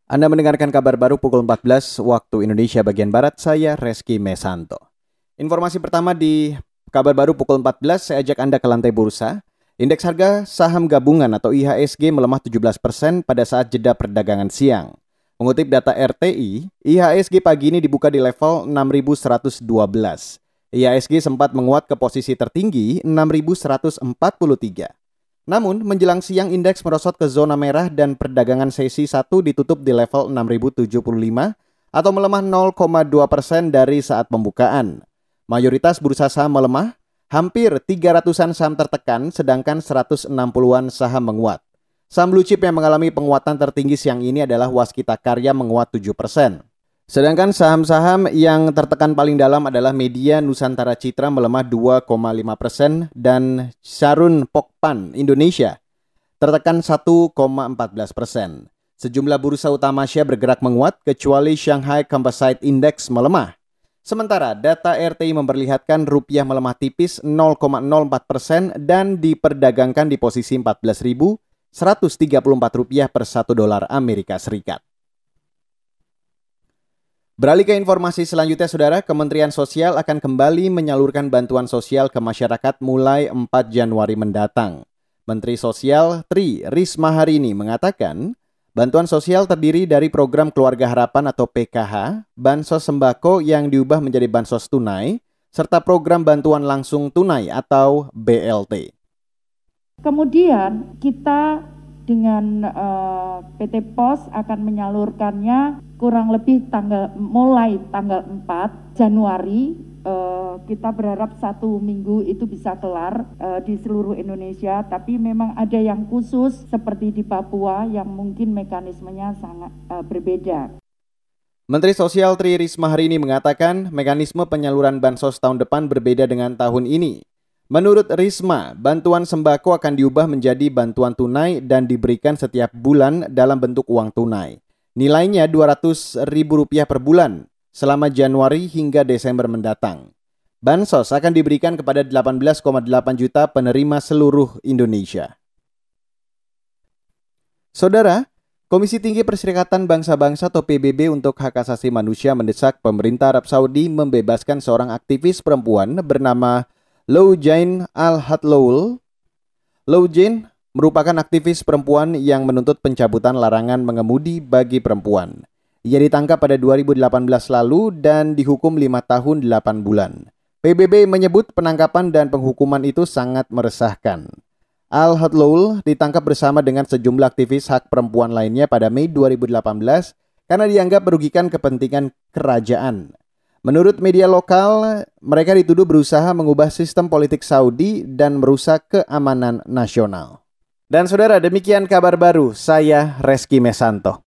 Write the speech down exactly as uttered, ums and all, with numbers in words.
Anda mendengarkan kabar baru pukul empat belas waktu Indonesia bagian Barat, saya Reski Mesanto. Informasi pertama di kabar baru pukul empat belas, saya ajak Anda ke lantai bursa. Indeks harga saham gabungan atau I H S G melemah tujuh belas persen pada saat jeda perdagangan siang. Mengutip data R T I, I H S G pagi ini dibuka di level enam ribu seratus dua belas. I H S G sempat menguat ke posisi tertinggi enam ribu seratus empat puluh tiga. Namun, menjelang siang indeks merosot ke zona merah dan perdagangan sesi satu ditutup di level enam ribu tujuh puluh lima atau melemah nol koma dua persen dari saat pembukaan. Mayoritas bursa saham melemah, hampir tiga ratusan saham tertekan sedangkan seratus enam puluhan saham menguat. Saham blue chip yang mengalami penguatan tertinggi siang ini adalah Waskita Karya menguat tujuh persen. Sedangkan saham-saham yang tertekan paling dalam adalah Media Nusantara Citra melemah dua koma lima persen dan Sarun Pokpan Indonesia tertekan satu koma empat belas persen. Sejumlah bursa utama Asia bergerak menguat kecuali Shanghai Composite Index melemah. Sementara data R T I memperlihatkan rupiah melemah tipis nol koma nol empat persen dan diperdagangkan di posisi empat belas ribu seratus tiga puluh empat rupiah per satu dolar Amerika Serikat. Beralih ke informasi selanjutnya, Saudara, Kementerian Sosial akan kembali menyalurkan bantuan sosial ke masyarakat mulai empat Januari mendatang. Menteri Sosial Tri Risma Harini mengatakan, bantuan sosial terdiri dari program Keluarga Harapan atau P K H, bansos sembako yang diubah menjadi bansos tunai, serta program bantuan langsung tunai atau B L T. Kemudian kita dengan uh, P T Pos akan menyalurkannya kurang lebih tanggal mulai tanggal empat Januari. Uh, kita berharap satu minggu itu bisa kelar uh, di seluruh Indonesia, tapi memang ada yang khusus seperti di Papua yang mungkin mekanismenya sangat uh, berbeda. Menteri Sosial Tri Risma Harini mengatakan mekanisme penyaluran bansos tahun depan berbeda dengan tahun ini. Menurut Risma, bantuan sembako akan diubah menjadi bantuan tunai dan diberikan setiap bulan dalam bentuk uang tunai. Nilainya dua ratus ribu rupiah per bulan selama Januari hingga Desember mendatang. Bansos akan diberikan kepada delapan belas koma delapan juta penerima seluruh Indonesia. Saudara, Komisi Tinggi Perserikatan Bangsa-Bangsa atau P B B untuk Hak Asasi Manusia mendesak pemerintah Arab Saudi membebaskan seorang aktivis perempuan bernama Loujain Al-Hatloul. Loujain merupakan aktivis perempuan yang menuntut pencabutan larangan mengemudi bagi perempuan. Ia ditangkap pada dua ribu delapan belas lalu dan dihukum lima tahun delapan bulan. P B B menyebut penangkapan dan penghukuman itu sangat meresahkan. Al-Hatloul ditangkap bersama dengan sejumlah aktivis hak perempuan lainnya pada Mei dua ribu delapan belas karena dianggap merugikan kepentingan kerajaan. Menurut media lokal, mereka dituduh berusaha mengubah sistem politik Saudi dan merusak keamanan nasional. Dan saudara, demikian kabar baru. Saya Reski Mesanto.